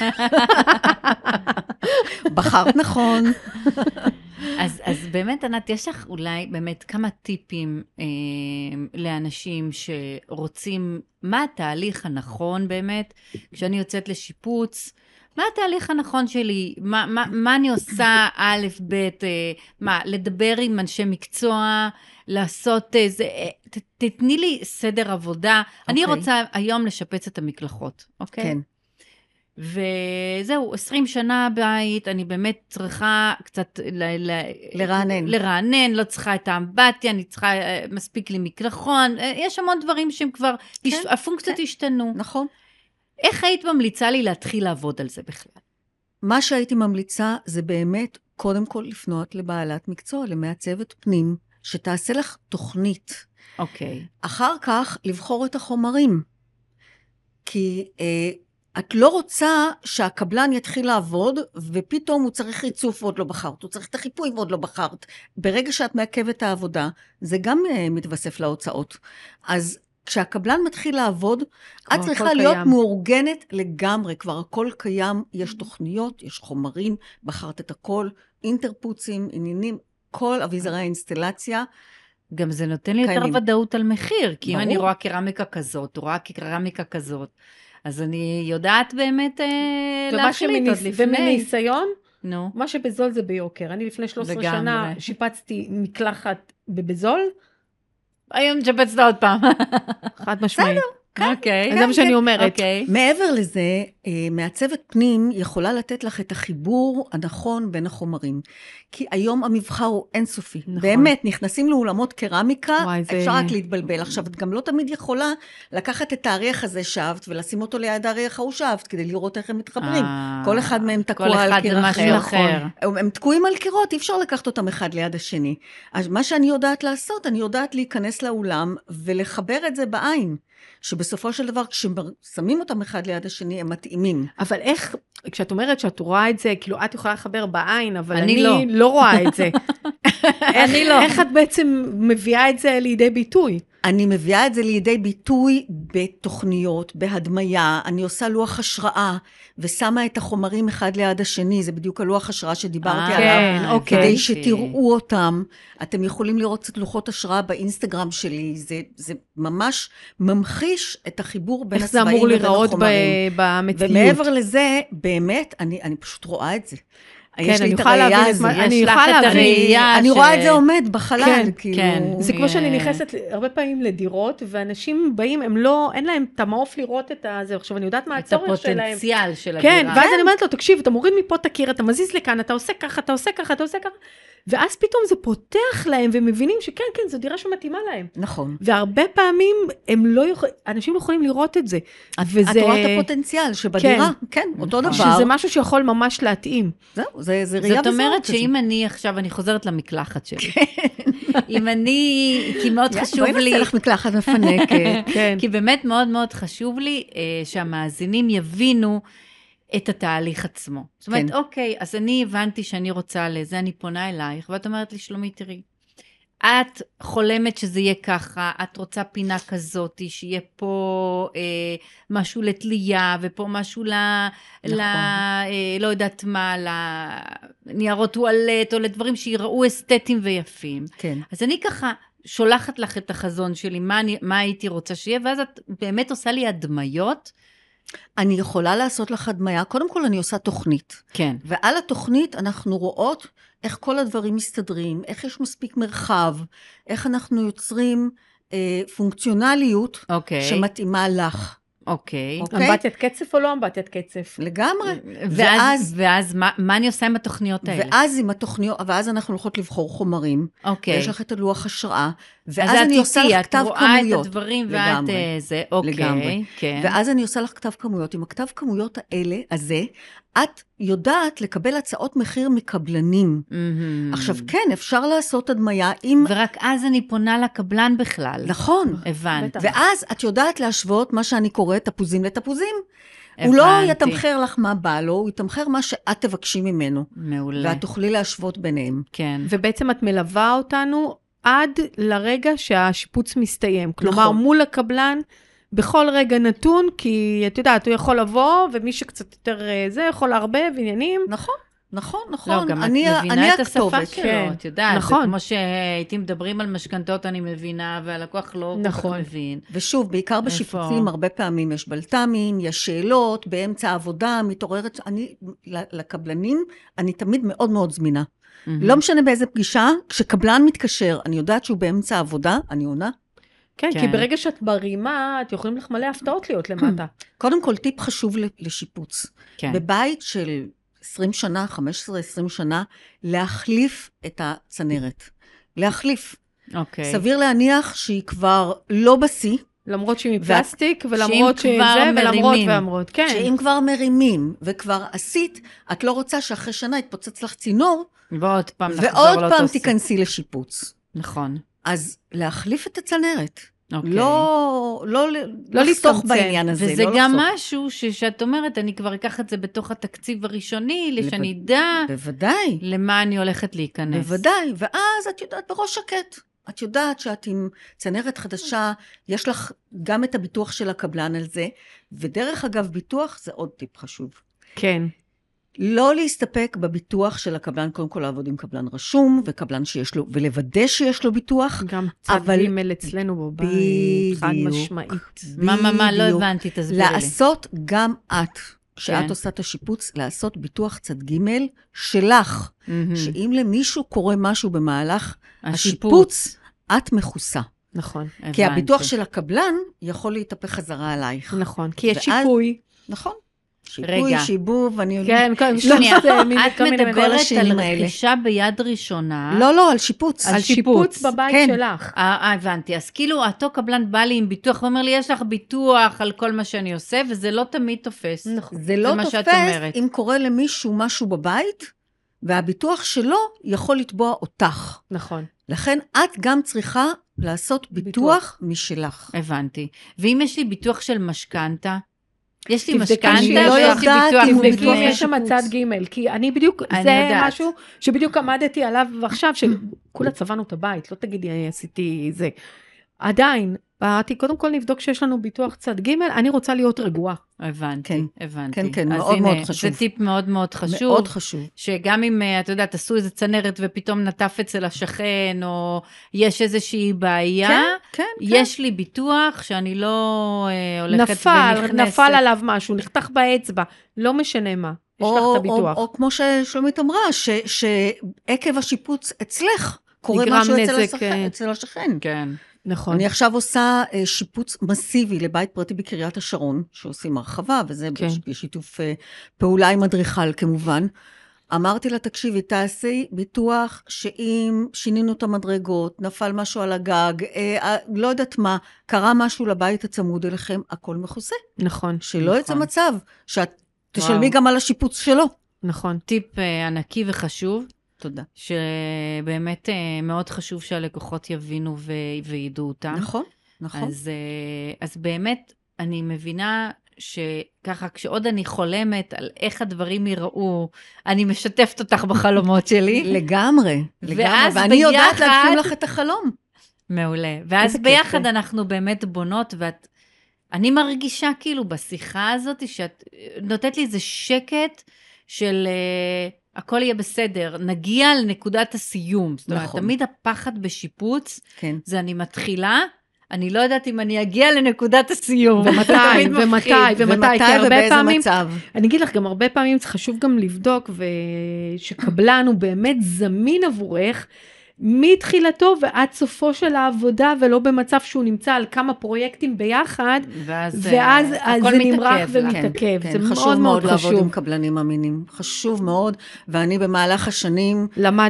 Speaker 4: בחרת נכון.
Speaker 2: אז באמת, ענת, יש לך אולי באמת כמה טיפים לאנשים שרוצים, מה התהליך הנכון באמת, כשאני יוצאת לשיפוץ, מה התהליך הנכון שלי, מה אני עושה א', ב', לדבר עם אנשי מקצוע, לעשות איזה, תתני לי סדר עבודה, אני רוצה היום לשפץ את המקלחות, אוקיי?
Speaker 4: כן.
Speaker 2: וזהו, 20 שנה בית, אני באמת צריכה קצת לרענן, לא צריכה את האמבטיה, אני צריכה, מספיק לי מקלחון, יש המון דברים שהם כבר, הפונקציות השתנו.
Speaker 4: נכון.
Speaker 2: איך היית ממליצה לי להתחיל לעבוד על זה בכלל?
Speaker 4: מה שהייתי ממליצה זה באמת, קודם כל לפנות לבעלת מקצוע, למעצבת פנים, שתעשה לך תוכנית.
Speaker 2: אוקיי.
Speaker 4: אחר כך לבחור את החומרים. כי את לא רוצה שהקבלן יתחיל לעבוד, ופתאום הוא צריך ריצוף ועוד לא בחרת, הוא צריך את החיפוי ועוד לא בחרת. ברגע שאת מעכבת העבודה, זה גם מתווסף להוצאות. אז כשהקבלן מתחיל לעבוד, את צריכה להיות מאורגנת לגמרי, כבר הכל קיים, יש תוכניות, יש חומרים, בחרת את הכל, אינטרפוצים, עניינים, כל אביזרי האינסטלציה.
Speaker 2: גם זה נותן לי יותר ודאות על מחיר, כי אם אני רואה קרמיקה כזאת, רואה קרמיקה כזאת, אז אני יודעת באמת להחליט עוד לפני.
Speaker 3: ומניסיון, מה שבזול זה ביוקר. אני לפני 13 שנה שיפצתי מקלחת בבזול.
Speaker 2: היום שפצת עוד פעם.
Speaker 3: חד משמעית.
Speaker 2: אוקיי.
Speaker 3: זה מה שאני אומרת.
Speaker 2: אוקיי.
Speaker 4: מעבר לזה, מעצבת פנים יכולה לתת לך את החיבור הנכון בין החומרים. כי היום המבחר הוא אינסופי.
Speaker 3: נכון.
Speaker 4: באמת, נכנסים לאולמות קרמיקה,
Speaker 3: וואי, זה-
Speaker 4: אפשר רק להתבלבל. עכשיו, את גם לא תמיד יכולה לקחת את האריח הזה שאהבת, ולשים אותו ליד האריח ההוא שאהבת, כדי לראות איך הם מתחברים. כל אחד מהם תקוע
Speaker 2: כל
Speaker 4: על
Speaker 2: אחד
Speaker 4: קיר
Speaker 2: זה משהו אחר.
Speaker 4: הם תקועים על קירות, אי אפשר לקחת אותם אחד ליד השני. אז מה שאני יודעת לעשות, אני יודעת להיכנס לאולם ולחבר את זה בעין, שבסופו של דבר, כששמים אותם אחד ליד השני, הם מתאימים.
Speaker 3: אבל איך, כשאת אומרת שאת רואה את זה, כאילו את יכולה לחבר בעין, אבל
Speaker 2: אני
Speaker 3: אני לא רואה את זה.
Speaker 2: אני לא.
Speaker 3: איך את בעצם מביאה את זה לידי ביטוי?
Speaker 4: אני מביאה את זה לידי ביטוי בתוכניות, בהדמיה, אני עושה לוח השראה, ושמה את החומרים אחד ליד השני, זה בדיוק הלוח השראה שדיברתי עליו,
Speaker 3: כן, אוקיי.
Speaker 4: כדי שתראו אותם. אתם יכולים לראות את לוחות השראה באינסטגרם שלי, זה ממש ממחיש את החיבור בין
Speaker 3: איך זה
Speaker 4: הצבעים
Speaker 3: אמור
Speaker 4: לבין
Speaker 3: להיראות
Speaker 4: החומרים.
Speaker 3: במציאות?
Speaker 4: ומעבר לזה, באמת, אני פשוט רואה את זה. יש לי
Speaker 3: אני
Speaker 4: את
Speaker 3: יכולה
Speaker 4: הראייה
Speaker 3: להבין את
Speaker 4: הזו.
Speaker 3: מה- אני
Speaker 2: יש לך
Speaker 3: יכולה
Speaker 2: את
Speaker 3: להבין.
Speaker 2: הראייה
Speaker 4: אני רואה את זה עומד בחלל,
Speaker 3: כן,
Speaker 4: כאילו.
Speaker 2: כן.
Speaker 3: זה כמו שאני נכנסת הרבה פעמים לדירות, ואנשים באים, אין להם את המעוף לראות את זה. עכשיו, אני יודעת מה
Speaker 2: את
Speaker 3: הצורך שלהם.
Speaker 2: הפוטנציאל של הדירה.
Speaker 3: כן, ואז אני אומרת לו, תקשיב, אתה מוריד מפה את הקיר, אתה מזיז לכאן, אתה עושה ככה, אתה עושה ככה, אתה עושה ככה, ואז פתאום זה פותח להם, והם מבינים שכן, כן, זו דירה שמתאימה להם.
Speaker 4: נכון.
Speaker 3: והרבה פעמים אנשים לא יכולים לראות את זה.
Speaker 4: את רואה את הפוטנציאל שבדירה, כן, אותו דבר.
Speaker 3: שזה משהו שיכול ממש להתאים.
Speaker 4: זהו, זה ראייה
Speaker 2: זאת
Speaker 4: וזאת.
Speaker 2: אומרת שאם אני עכשיו, אני חוזרת למקלחת שלי. אם אני, כי מאוד חשוב
Speaker 4: בואי
Speaker 2: לי,
Speaker 4: נעשה לך מקלחת מפנקת.
Speaker 3: כן.
Speaker 2: כי באמת מאוד מאוד חשוב לי שהמאזינים יבינו את התהליך עצמו. זאת אומרת,
Speaker 4: כן.
Speaker 2: אוקיי, אז אני הבנתי שאני רוצה לזה, אני פונה אלייך, ואת אומרת לי, שלומית, תראי, את חולמת שזה יהיה ככה, את רוצה פינה כזאת, שיהיה פה משהו לתלייה, ופה משהו לא יודעת מה, לניירות טואלט, או לדברים שיראו אסתטיים ויפים.
Speaker 4: כן.
Speaker 2: אז אני ככה שולחת לך את החזון שלי, מה הייתי רוצה שיהיה, ואז את באמת עושה לי הדמיות.
Speaker 4: אני יכולה לעשות לך הדמיה, קודם כל אני עושה תוכנית.
Speaker 2: כן.
Speaker 4: ועל התוכנית אנחנו רואות איך כל הדברים מסתדרים, איך יש מספיק מרחב, איך אנחנו יוצרים פונקציונליות
Speaker 2: אוקיי.
Speaker 4: שמתאימה לך.
Speaker 2: אוקיי.
Speaker 4: אוקיי?
Speaker 3: אמבטיית קצף או לא אמבטיית קצף?
Speaker 4: לגמרי.
Speaker 2: ואז מה אני עושה עם התוכניות האלה?
Speaker 4: ואז אנחנו הולכות לבחור חומרים.
Speaker 2: אוקיי.
Speaker 4: ויש לך את הלוח השראה.
Speaker 2: אז
Speaker 4: ואז אני עושה לך כתב כמויות.
Speaker 2: את רואה את הדברים ואת
Speaker 4: לגמרי.
Speaker 2: זה, אוקיי.
Speaker 4: לגמרי.
Speaker 2: כן.
Speaker 4: ואז אני עושה לך כתב כמויות. עם הכתב כמויות הזה, את יודעת לקבל הצעות מחיר מקבלנים. עכשיו כן, אפשר לעשות הדמיה עם...
Speaker 2: ורק אז אני פונה לקבלן בכלל.
Speaker 4: נכון.
Speaker 2: הבנתי.
Speaker 4: ואז את יודעת להשוות מה שאני קוראת תפוזים לתפוזים. הוא לא יתמחר לך מה בא לו, הוא יתמחר מה שאת תבקשי ממנו.
Speaker 2: מעולה.
Speaker 4: ואת תוכלי להשוות ביניהם.
Speaker 2: כן.
Speaker 3: ובעצם את מלווה אותנו עד לרגע שהשיפוץ מסתיים. כלומר, מול הקבלן, בכל רגע נתון, כי את יודעת, הוא יכול לבוא, ומי שקצת יותר זה, יכול לערבב עניינים.
Speaker 4: נכון. נכון.
Speaker 2: לא, גם את מבינה את השפה שלו, את יודעת, זה כמו שהייתי מדברים על משכנתות, אני מבינה, והלקוח לא כל כך מבין.
Speaker 4: ושוב, בעיקר בשיפוצים, הרבה פעמים יש בלת"מים, יש שאלות, באמצע העבודה, מתעוררת, לקבלנים, אני תמיד מאוד מאוד זמינה. לא משנה באיזה פגישה, כשקבלן מתקשר, אני יודעת שהוא באמצע העבודה, אני עונה.
Speaker 3: כן, כי ברגע שאת מרימה, את יכולים לך מלא הפתעות להיות למטה.
Speaker 4: קודם כל, טיפ חשוב לשיפוץ. בבית של 20 שנה, 15-20 שנה, להחליף את הצנרת. להחליף.
Speaker 2: אוקיי.
Speaker 4: סביר להניח שהיא כבר לא בשיא.
Speaker 3: למרות שהיא מפלסטיק, ולמרות שזה, ולמרות, כן.
Speaker 4: שאם כבר מרימים, וכבר עשית, את לא רוצה שאחרי שנה יתפוצץ לך צינור,
Speaker 2: ועוד פעם
Speaker 4: תיכנסי לשיפוץ.
Speaker 2: נכון.
Speaker 4: אז להחליף את הצנרת.
Speaker 2: אוקיי.
Speaker 4: לא לחסוך בעניין הזה.
Speaker 2: וזה גם משהו שאת אומרת, אני כבר אקח את זה בתוך התקציב הראשוני, שאני אדע
Speaker 4: בוודאי.
Speaker 2: למה אני הולכת להיכנס.
Speaker 4: בוודאי, ואז את יודעת בראש שקט. את יודעת שאת עם צנרת חדשה, יש לך גם את הביטוח של הקבלן על זה, ודרך אגב ביטוח זה עוד טיפ חשוב.
Speaker 3: כן.
Speaker 4: לא להסתפק בביטוח של הקבלן, קודם כל לעבוד עם קבלן רשום, וקבלן שיש לו, ולוודא שיש לו ביטוח.
Speaker 3: גם צד ג' אצלנו בבית, חד משמעית.
Speaker 2: מה, לא הבנתי, תסבירי לי.
Speaker 4: לעשות גם את, כשאת עושה את השיפוץ, לעשות ביטוח צד ג' שלך, שאם למישהו קורה משהו במהלך השיפוץ, את מכוסה.
Speaker 3: נכון.
Speaker 4: כי הביטוח של הקבלן יכול להתהפך חזרה עלייך.
Speaker 3: נכון, כי יש שיפוי.
Speaker 4: נכון. שיפוי, שיבוב, אני יודעת.
Speaker 3: כן, כל
Speaker 2: שנייה, את
Speaker 3: מיני
Speaker 2: מדברת
Speaker 4: השינים
Speaker 2: על
Speaker 4: האלה.
Speaker 2: רכישה ביד ראשונה.
Speaker 4: לא, על שיפוץ.
Speaker 3: על שיפוץ בבית
Speaker 4: כן.
Speaker 3: שלך.
Speaker 2: הבנתי. אז כאילו, אותו קבלן בא לי עם ביטוח, ואומר לי, יש לך ביטוח על כל מה שאני עושה, וזה לא תמיד תופס.
Speaker 3: נכון.
Speaker 4: זה לא
Speaker 2: מה שאת
Speaker 4: תופס
Speaker 2: אומרת.
Speaker 4: אם קורה למישהו משהו בבית, והביטוח שלו יכול לתבוע אותך.
Speaker 3: נכון.
Speaker 4: לכן את גם צריכה לעשות ביטוח משלך.
Speaker 2: הבנתי. ואם יש לי ביטוח של משכנתה, יש לי
Speaker 3: תבדקי
Speaker 2: משכנתה,
Speaker 3: שהיא לא
Speaker 2: ויש לי
Speaker 4: יודעת
Speaker 2: ביטוח
Speaker 4: אם הוא
Speaker 3: תבדקי
Speaker 4: ביטוח
Speaker 3: אם יש שם
Speaker 4: שיפוץ.
Speaker 3: צד ג', כי אני בדיוק,
Speaker 2: אני
Speaker 3: זה
Speaker 2: יודעת.
Speaker 3: משהו שבדיוק עמדתי עליו עכשיו, שכולה צבענו את הבית, לא תגידי, עשיתי זה. עדיין, באתי קודם כל לבדוק שיש לנו ביטוח צד ג', אני רוצה להיות רגועה.
Speaker 2: הבנתי.
Speaker 4: כן,
Speaker 2: אז
Speaker 4: מאוד
Speaker 2: הנה,
Speaker 4: מאוד חשוב.
Speaker 2: זה טיפ מאוד מאוד חשוב.
Speaker 4: מאוד חשוב.
Speaker 2: שגם אם, אתה יודע, תעשו איזה צנרת ופתאום נטף אצל השכן, או יש איזושהי בעיה,
Speaker 4: כן.
Speaker 2: יש לי ביטוח שאני לא הולכת ונכנסת.
Speaker 3: נפל עליו משהו, נחתך באצבע, לא משנה מה, יש לך את הביטוח.
Speaker 4: או כמו ששלומית אמרה, שעקב השיפוץ אצלך, קורה
Speaker 3: נגרם
Speaker 4: משהו
Speaker 3: נזק,
Speaker 4: אצל השכן.
Speaker 2: כן.
Speaker 3: נכון.
Speaker 4: אני עכשיו עושה שיפוץ מסיבי לבית פרטי בקריית השרון, שעושים הרחבה, וזה
Speaker 3: כן.
Speaker 4: בשיתוף פעולה עם אדריכל כמובן. אמרתי לה, תקשיבי, תעשי ביטוח שאם שינינו את המדרגות, נפל משהו על הגג, לא יודעת מה, קרה משהו לבית הצמוד אליכם, הכל מכוסה.
Speaker 3: נכון.
Speaker 4: שלא יצא
Speaker 2: נכון.
Speaker 4: מצב, שאת תשלמי גם על השיפוץ שלו.
Speaker 3: נכון.
Speaker 2: טיפ ענקי וחשוב,
Speaker 4: תודה.
Speaker 2: שבאמת מאוד חשוב שהלקוחות יבינו וידעו אותם.
Speaker 4: נכון.
Speaker 2: אז באמת, אני מבינה שככה, כשעוד אני חולמת על איך הדברים יראו, אני משתפת אותך בחלומות שלי.
Speaker 4: לגמרי.
Speaker 2: ואז
Speaker 4: ואני יודעת
Speaker 2: ביחד-
Speaker 4: להגשים לך את החלום.
Speaker 2: מעולה. ואז
Speaker 3: איזה כיף
Speaker 2: ביחד
Speaker 3: זה.
Speaker 2: אנחנו באמת בונות, אני מרגישה כאילו בשיחה הזאת, שאת נותנת לי איזה שקט של הכל יהיה בסדר, נגיע לנקודת הסיום. זאת אומרת,
Speaker 4: נכון.
Speaker 2: תמיד הפחד בשיפוץ,
Speaker 4: כן.
Speaker 2: זה אני מתחילה, אני לא יודעת אם אני אגיע לנקודת הסיום.
Speaker 3: ומתי,
Speaker 2: זה תמיד מפחיד.
Speaker 3: ומתי, כי הרבה
Speaker 4: ובאיזה
Speaker 3: פעמים,
Speaker 4: מצב.
Speaker 3: אני אגיד לך, גם הרבה פעמים זה חשוב גם לבדוק, שקבלן הוא באמת זמין עבורך, מתחילתו ועד סופו של העבודה, ולא במצב שהוא נמצא על כמה פרויקטים ביחד, ואז
Speaker 2: הכל
Speaker 3: זה נמרח
Speaker 2: מתעכב לה.
Speaker 3: ומתעכב.
Speaker 4: כן,
Speaker 3: זה מאוד
Speaker 4: חשוב
Speaker 3: מאוד
Speaker 4: מאוד לעבוד עם
Speaker 3: חשוב.
Speaker 4: קבלנים אמינים. חשוב מאוד, ואני במהלך השנים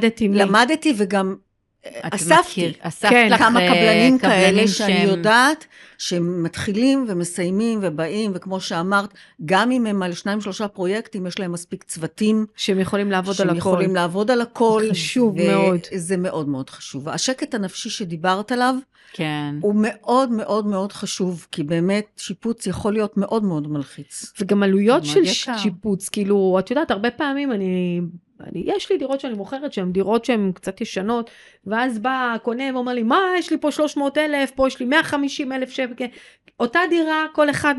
Speaker 4: למדתי וגם אספתי
Speaker 3: כן,
Speaker 2: לך
Speaker 4: כמה קבלנים כאלה
Speaker 2: קבלנים
Speaker 4: שאני יודעת שהם מתחילים ומסיימים ובאים, וכמו שאמרת, גם אם הם על 2-3 פרויקטים, יש להם מספיק צוותים,
Speaker 3: שהם יכולים לעבוד על
Speaker 4: שהם
Speaker 3: הכל.
Speaker 4: יכולים לעבוד על הכל.
Speaker 3: חשוב מאוד.
Speaker 4: וזה מאוד מאוד חשוב. השקט הנפשי שדיברת עליו,
Speaker 2: כן.
Speaker 4: הוא מאוד מאוד מאוד חשוב, כי באמת שיפוץ יכול להיות מאוד מאוד מלחיץ.
Speaker 3: וגם עלויות
Speaker 2: מאוד
Speaker 3: של
Speaker 2: יקר.
Speaker 3: שיפוץ, כאילו, את יודעת, הרבה פעמים יש לי דירות שאני מוכרת שהן דירות שהן קצת ישנות, ואז בא הקונה ואומר לי, מה, יש לי פה 300,000, פה יש לי 150,000 שקל, אותה דירה, כל אחד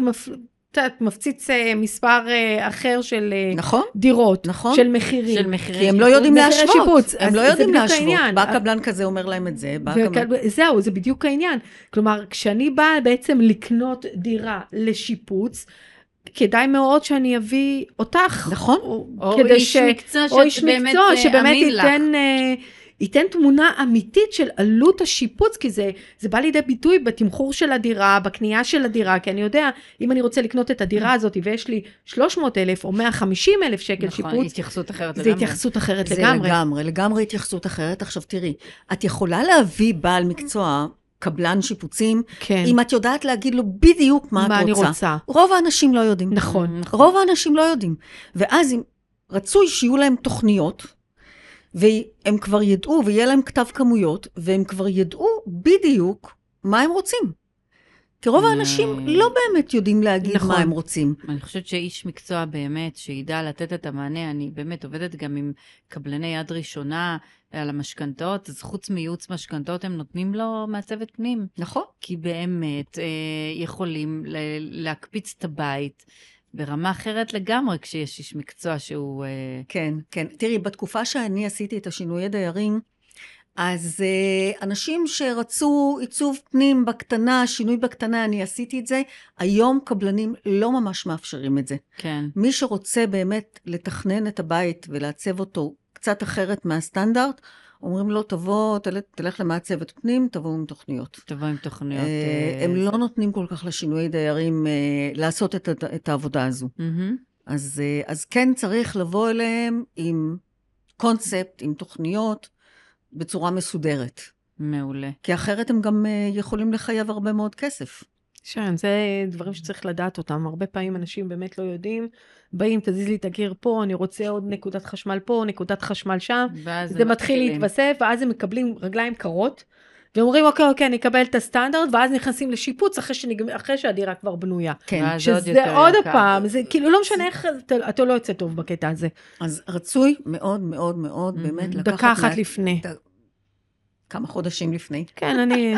Speaker 3: מפציץ מספר אחר של דירות,
Speaker 4: נכון.
Speaker 3: של מחירים.
Speaker 2: של מחירי
Speaker 4: כי הם לא יודעים
Speaker 3: מחירי
Speaker 4: להשוות.
Speaker 3: שיפוץ.
Speaker 4: הם
Speaker 3: אז
Speaker 4: לא
Speaker 3: זה
Speaker 4: יודעים
Speaker 3: בדיוק
Speaker 4: להשוות.
Speaker 3: העניין.
Speaker 4: בא קבלן כזה אומר להם את זה.
Speaker 3: זהו, זה בדיוק העניין. כלומר, כשאני באה בעצם לקנות דירה לשיפוץ, כדאי מאוד שאני אביא אותך.
Speaker 4: נכון.
Speaker 2: או איש מקצוע שבאמת
Speaker 3: ייתן תמונה אמיתית של עלות השיפוץ, כי זה בא לידי ביטוי בתמחור של הדירה, בקנייה של הדירה, כי אני יודע, אם אני רוצה לקנות את הדירה הזאת, ויש לי 300,000 או 150,000 שקל שיפוץ,
Speaker 2: נכון, התייחסות אחרת
Speaker 3: זה
Speaker 2: לגמרי.
Speaker 3: התייחסות אחרת
Speaker 4: זה
Speaker 3: לגמרי.
Speaker 4: לגמרי התייחסות אחרת. עכשיו תראי, את יכולה להביא בעל מקצוע, קבלן שיפוצים,
Speaker 3: כן.
Speaker 4: אם את יודעת להגיד לו בדיוק מה את רוצה.
Speaker 3: אני רוצה.
Speaker 4: רוב האנשים לא יודעים.
Speaker 3: נכון.
Speaker 4: רוב האנשים לא יודעים. ואז רצוי שיהיו להם תוכניות, והם כבר ידעו, ויהיה להם כתב כמויות, והם כבר ידעו בדיוק מה הם רוצים. כי רוב האנשים לא באמת יודעים להגיד מה הם רוצים.
Speaker 2: אני חושבת שאיש מקצוע באמת, שידע לתת את המענה, אני באמת עובדת גם עם קבלני יד ראשונה על המשכנתאות, אז חוץ מייעוץ משכנתאות הם נותנים לו מעצבת פנים.
Speaker 4: נכון.
Speaker 2: כי באמת יכולים להקפיץ את הבית, ברמה אחרת לגמרי, כשיש איש מקצוע שהוא...
Speaker 4: כן, כן. תראי, בתקופה שאני עשיתי את השינויי דיירים, אז אנשים שרצו עיצוב פנים בקטנה, שינוי בקטנה, אני עשיתי את זה, היום קבלנים לא ממש מאפשרים את זה.
Speaker 2: כן.
Speaker 4: מי שרוצה באמת לתכנן את הבית ולעצב אותו קצת אחרת מהסטנדרט, אומרים לו, תלך למעצבת פנים, תבוא עם תוכניות.
Speaker 2: תבוא עם תוכניות.
Speaker 4: הם לא נותנים כל כך לשינוי דיירים לעשות את העבודה הזו. אז כן צריך לבוא אליהם עם קונספט, עם תוכניות, בצורה מסודרת.
Speaker 2: מעולה.
Speaker 4: כי אחרת הם גם יכולים לחייב הרבה מאוד כסף.
Speaker 3: כן, זה דברים שצריך לדעת אותם. הרבה פעמים אנשים באמת לא יודעים, באים, תזיז לי את הגיר פה, אני רוצה עוד נקודת חשמל פה, נקודת חשמל שם, זה מתחיל להתווסף, ואז הם מקבלים רגליים קרות, ואומרים, אוקיי, אני אקבל את הסטנדרט, ואז נכנסים לשיפוץ אחרי שהדירה כבר בנויה.
Speaker 4: כן.
Speaker 3: שזה עוד הפעם, זה כאילו לא משנה איך, אתה לא יוצא טוב בקטע הזה.
Speaker 4: אז רצוי מאוד מאוד מאוד, באמת לקחת...
Speaker 3: דקה אחת לפני.
Speaker 4: כמה חודשים לפני.
Speaker 3: כן, אני...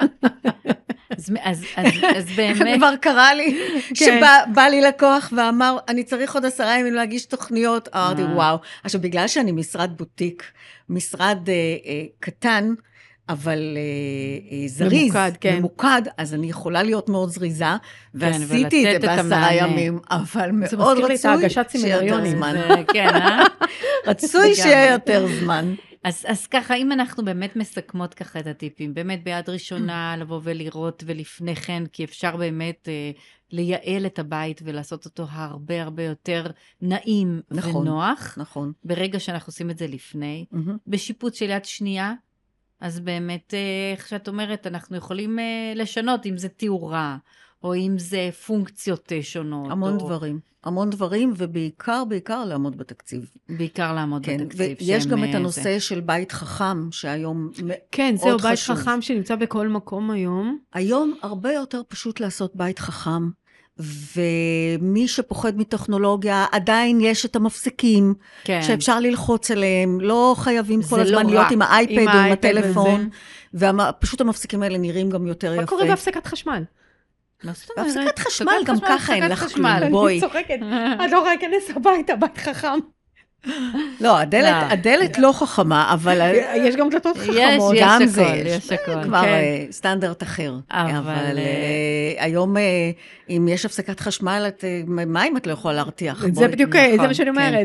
Speaker 2: אז באמת...
Speaker 4: כבר קרה לי, שבא לי לקוח ואמר, אני צריך עוד 10 ימים להגיש תוכניות, אמרתי, וואו. עכשיו, בגלל שאני משרד בוטיק, משרד קטן, אבל זריז, ממוקד, אז אני יכולה להיות מאוד זריזה, ועשיתי את זה ב10 ימים, אבל מאוד רצוי שיותר זמן. רצוי שיהיה יותר זמן.
Speaker 2: אז ככה, אם אנחנו באמת מסכמות ככה את הטיפים, באמת ביד ראשונה לבוא ולראות ולפני כן, כי אפשר באמת לייעל את הבית ולעשות אותו הרבה הרבה יותר נעים ונוח.
Speaker 4: נכון.
Speaker 2: ברגע שאנחנו עושים את זה לפני. בשיפוץ של יד שנייה, אז באמת, איך שאת אומרת, אנחנו יכולים לשנות, אם זה תיאורה, או אם זה פונקציות שונות.
Speaker 4: המון דברים, ובעיקר לעמוד בתקציב.
Speaker 2: בעיקר לעמוד בתקציב.
Speaker 4: ויש גם את הנושא של בית חכם, שהיום מאוד חשוב.
Speaker 3: כן, זהו בית חכם שנמצא בכל מקום היום.
Speaker 4: היום הרבה יותר פשוט לעשות בית חכם, ומי שפוחד מטכנולוגיה, עדיין יש את המפסיקים, שאפשר ללחוץ עליהם, לא חייבים כל הזמן להיות עם האייפד או עם הטלפון, ופשוט המפסיקים האלה נראים גם יותר יפה.
Speaker 3: מה קורה בהפסקת חשמל?
Speaker 4: בהפסקת חשמל, גם ככה אין לך כלום, בואי.
Speaker 3: אני צוחקת, אני לא רואה להיכנס הביתה, בית חכם.
Speaker 4: לא, הדלת לא חכמה, אבל...
Speaker 3: יש גם דלתות חכמות.
Speaker 2: גם זה יש הכל.
Speaker 4: כבר סטנדרט אחר. אבל היום, אם יש הפסקת חשמל, מה אם את לא יכולה להרתיח?
Speaker 3: זה בדיוק, זה מה שאני אומרת,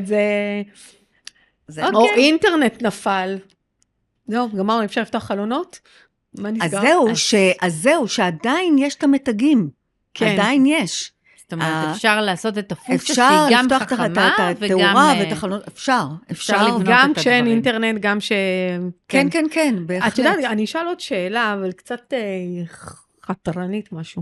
Speaker 3: או אינטרנט נפל. זהו, גמרנו, אפשר לפתוח חלונות?
Speaker 4: אז זהו, שעדיין יש את המתגים. עדיין יש.
Speaker 2: זאת אומרת, אפשר לעשות את הפונקציה שהיא גם חכמה,
Speaker 4: וגם... אפשר לבנות את הדברים.
Speaker 3: גם כשאין אינטרנט, גם ש...
Speaker 4: כן, בהחלט.
Speaker 3: את יודעת, אני אשאל עוד שאלה, אבל קצת חתרנית משהו.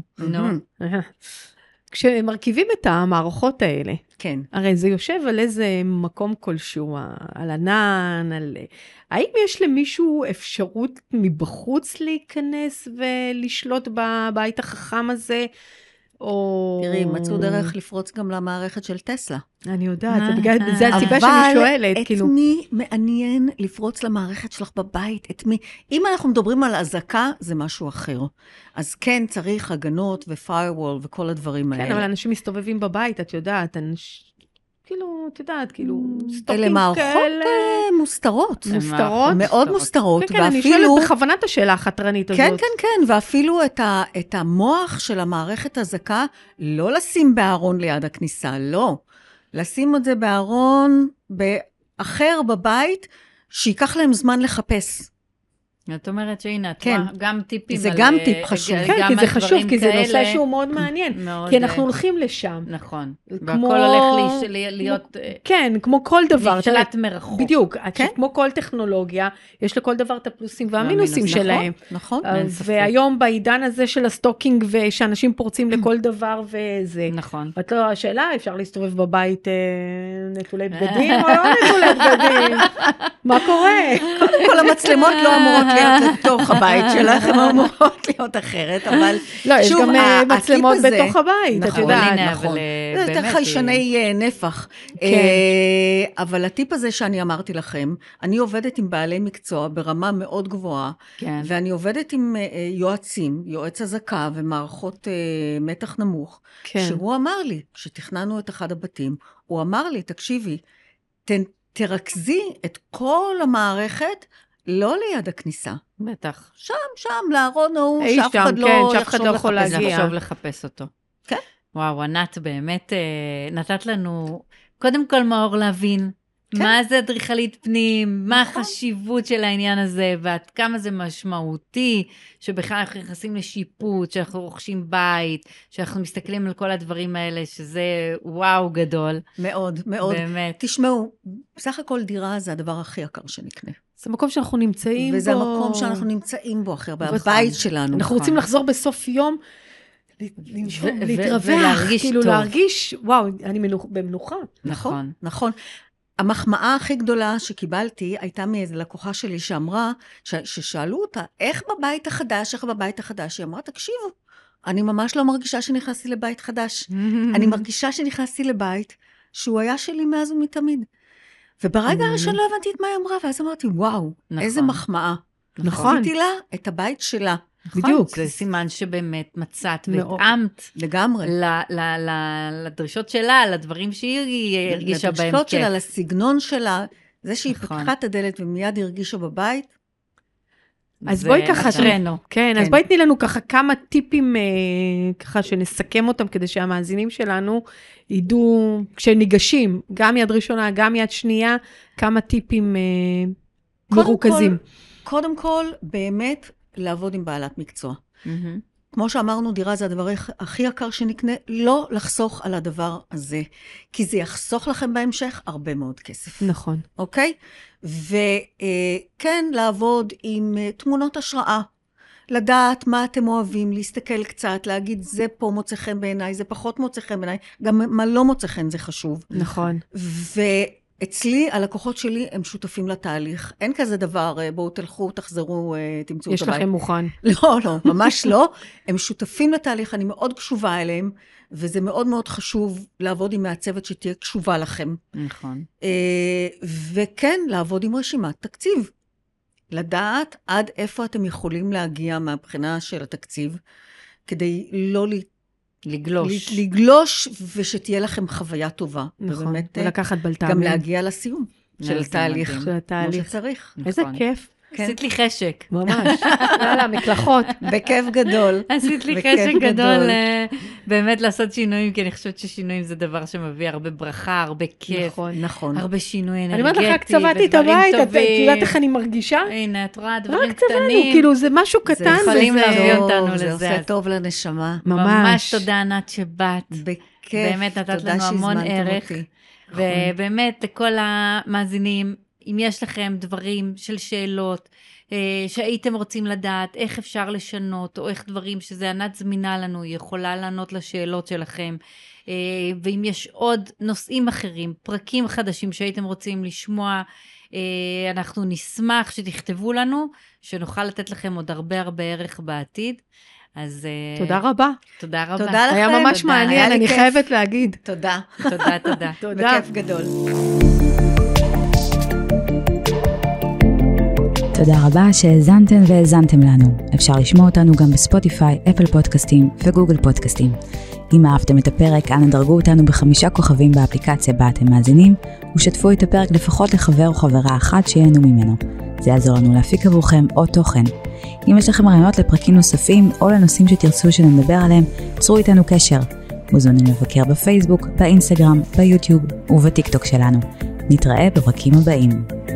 Speaker 3: כשמרכיבים את המערכות האלה,
Speaker 4: כן.
Speaker 3: הרי זה יושב על איזה מקום כלשהו, על ענן, האם יש למישהו אפשרות מבחוץ להיכנס ולשלוט בבית החכם הזה, או...
Speaker 4: תראי, מצאו דרך לפרוץ גם למערכת של טסלה.
Speaker 3: אני יודעת, זה הסיבה שאני שואלת.
Speaker 4: אבל את מי מעניין לפרוץ למערכת שלך בבית? את מי? אם אנחנו מדברים על הזקה, זה משהו אחר. אז כן, צריך הגנות ופיירוול וכל הדברים האלה.
Speaker 3: כן, אבל אנשים מסתובבים בבית, את יודעת, כאילו, את יודעת, כאילו,
Speaker 4: אלה מערכות מוסתרות. מאוד מוסתרות.
Speaker 3: כן, אני שואלת בכוונת השאלה החתרנית הזאת.
Speaker 4: כן, ואפילו את המוח של המערכת הזקה, לא לשים בארון ליד הכניסה, לא. לשים את זה בארון אחר בבית, שיקח להם זמן לחפש.
Speaker 2: את אומרת שהנה,
Speaker 4: כן.
Speaker 2: גם טיפים
Speaker 4: זה גם טיפ חשוב.
Speaker 3: כן, כי זה חשוב, כי זה נושא שהוא מאוד מעניין. כי אנחנו הולכים לשם.
Speaker 2: נכון. והכל הולך להיות...
Speaker 3: כן, כמו כל דבר.
Speaker 2: נשלט מרחוק.
Speaker 3: בדיוק. כמו כל טכנולוגיה, יש לכל דבר את הפלוסים והמינוסים שלהם.
Speaker 4: נכון.
Speaker 3: והיום בעידן הזה של הסטוקינג, ושאנשים פורצים לכל דבר וזה.
Speaker 2: נכון.
Speaker 3: ואת לא, השאלה, אפשר להסתובב בבית נטולי בגדים, או לא נטולי בגדים? מה קורה?
Speaker 4: כל המצלמות לא אמורות להיות לתוך הבית שלך, הן אמורות להיות אחרת, אבל
Speaker 3: לא, יש גם מצלמות בתוך הבית, את יודעת.
Speaker 4: נכון, זה יותר חיישני נפח. אבל הטיפ הזה שאני אמרתי לכם, אני עובדת עם בעלי מקצוע ברמה מאוד גבוהה, ואני עובדת עם יועצים, יועץ הזקה ומערכות מתח נמוך, שהוא אמר לי, כשתכננו את אחד הבתים, הוא אמר לי, תקשיבי, תרכזי את כל המערכת, לא ליד הכניסה.
Speaker 2: בטח.
Speaker 4: שם, לארון ההוא, שאף אחד לא
Speaker 2: יחשוב לחפש אותו.
Speaker 4: כן.
Speaker 2: וואו, ענת, באמת נתת לנו, קודם כל מאור להבין מה זה אדריכלית פנים, מה החשיבות של העניין הזה, ועד כמה זה משמעותי, שבכלל אנחנו נכנסים לשיפוט, שאנחנו רוכשים בית, שאנחנו מסתכלים על כל הדברים האלה, שזה וואו גדול.
Speaker 4: מאוד, מאוד.
Speaker 2: באמת.
Speaker 4: תשמעו, בסך הכל דירה זה הדבר הכי יקר שנקנה.
Speaker 3: זה מקום שאנחנו נמצאים בו.
Speaker 4: וזה המקום שאנחנו נמצאים בו אחר, בבית שלנו.
Speaker 3: אנחנו רוצים לחזור בסוף יום, לנשום, להתרווח, כאילו להרגיש, וואו, אני במנוחה.
Speaker 4: נכון, נכון. המחמאה הכי גדולה שקיבלתי, הייתה מאיזו לקוחה שלי שאמרה, ששאלו אותה, איך בבית החדש? היא אמרה, תקשיבו, אני ממש לא מרגישה שנכנסתי לבית חדש. אני מרגישה שנכנסתי לבית שהוא היה שלי מאז ומתמיד. וברגע הראשון לא הבנתי את מה היא אמרה, ואז אמרתי, וואו, איזה מחמאה.
Speaker 3: נכון.
Speaker 4: עשיתי לה את הבית שלה.
Speaker 3: בדיוק.
Speaker 2: זה סימן שבאמת מצאת והתאמת.
Speaker 4: לגמרי.
Speaker 2: לדרישות שלה, לדברים שהיא הרגישה בהם כיף.
Speaker 4: לדרישות שלה, לסגנון שלה, זה שהיא פתחה את הדלת ומיד הרגישה בבית.
Speaker 3: אז בואי ככה, כן, אז בואי תני לנו ככה כמה טיפים, ככה שנסכם אותם, כדי שהמאזינים שלנו ידעו, כשניגשים, גם יד ראשונה, גם יד שנייה, כמה טיפים מרוכזים.
Speaker 4: קודם כל, באמת, לעבוד עם בעלת מקצוע. כמו שאמרנו, דירה זה הדבר הכי יקר שנקנה, לא לחסוך על הדבר הזה, כי זה יחסוך לכם בהמשך הרבה מאוד כסף.
Speaker 3: נכון.
Speaker 4: אוקיי? וכן, לעבוד עם תמונות השראה, לדעת מה אתם אוהבים, להסתכל קצת, להגיד זה פה מוצא חן בעיניי, זה פחות מוצא חן בעיניי, גם מה לא מוצא חן זה חשוב.
Speaker 3: נכון.
Speaker 4: אצלי, הלקוחות שלי הם שותפים לתהליך. אין כזה דבר, בואו תלכו, תחזרו, תמצאו את הבית.
Speaker 3: יש לכם מוכן.
Speaker 4: לא, ממש לא. הם שותפים לתהליך, אני מאוד קשובה אליהם, וזה מאוד מאוד חשוב לעבוד עם מעצבת שתהיה קשובה לכם.
Speaker 2: נכון.
Speaker 4: וכן, לעבוד עם רשימת תקציב. לדעת עד איפה אתם יכולים להגיע מהבחינה של התקציב, כדי לא לגלוש, ושתהיה לכם חוויה טובה.
Speaker 3: נכון, ולקחת בלטה.
Speaker 4: גם להגיע לסיום של התהליך. כמו שצריך.
Speaker 3: איזה כיף.
Speaker 2: עשית לי חשק.
Speaker 3: ממש. יאללה, מקלחות.
Speaker 4: בכיף גדול.
Speaker 2: עשית לי חשק גדול באמת לעשות שינויים, כי אני חושבת ששינויים זה דבר שמביא הרבה ברכה, הרבה כיף.
Speaker 4: נכון.
Speaker 2: הרבה שינוי
Speaker 3: אני אומרת
Speaker 2: אנרגטי,
Speaker 3: לך, צבעתי את הבית, את יודעת איך אני מרגישה?
Speaker 2: הנה, את רואה דברים קטנים.
Speaker 3: כאילו, זה משהו קטן.
Speaker 2: יכולים להביא אותנו לזה.
Speaker 4: זה עושה טוב לנשמה.
Speaker 2: ממש תודה, ענת, שבאת.
Speaker 4: בכיף.
Speaker 2: באמת נתת לנו המון ערך. ובאמת, לכל המאזינים, אם יש לכם דברים של שאלות, שהייתם רוצים לדעת איך אפשר לשנות, או איך דברים שזה ענת זמינה לנו, היא יכולה לענות לשאלות שלכם, ואם יש עוד נושאים אחרים, פרקים חדשים שהייתם רוצים לשמוע, אנחנו נשמח שתכתבו לנו, שנוכל לתת לכם עוד הרבה הרבה ערך בעתיד. אז
Speaker 3: תודה רבה.
Speaker 2: תודה רבה.
Speaker 4: תודה לכם.
Speaker 3: היה ממש מעניין, אני חייבת להגיד.
Speaker 4: תודה.
Speaker 2: תודה.
Speaker 4: בכיף גדול.
Speaker 1: תודה רבה שהאזנתם והאזנתם לנו. אפשר לשמוע אותנו גם בספוטיפיי, אפל פודקאסטים וגוגל פודקאסטים. אם אהבתם את הפרק, אנא דרגו אותנו ב5 כוכבים באפליקציה בה אתם מאזינים, ושתפו את הפרק לפחות לחבר או חברה אחת שיהנו ממנו. זה יעזור לנו להפיק עבורכם עוד תוכן. אם יש לכם רעיונות לפרקים נוספים או לנושאים שתרצו שנדבר עליהם, צרו איתנו קשר. מוזמנים לבקר בפייסבוק, באינסטגרם, ביוטיוב ובטיקטוק שלנו. נתראה בפרקים הבאים.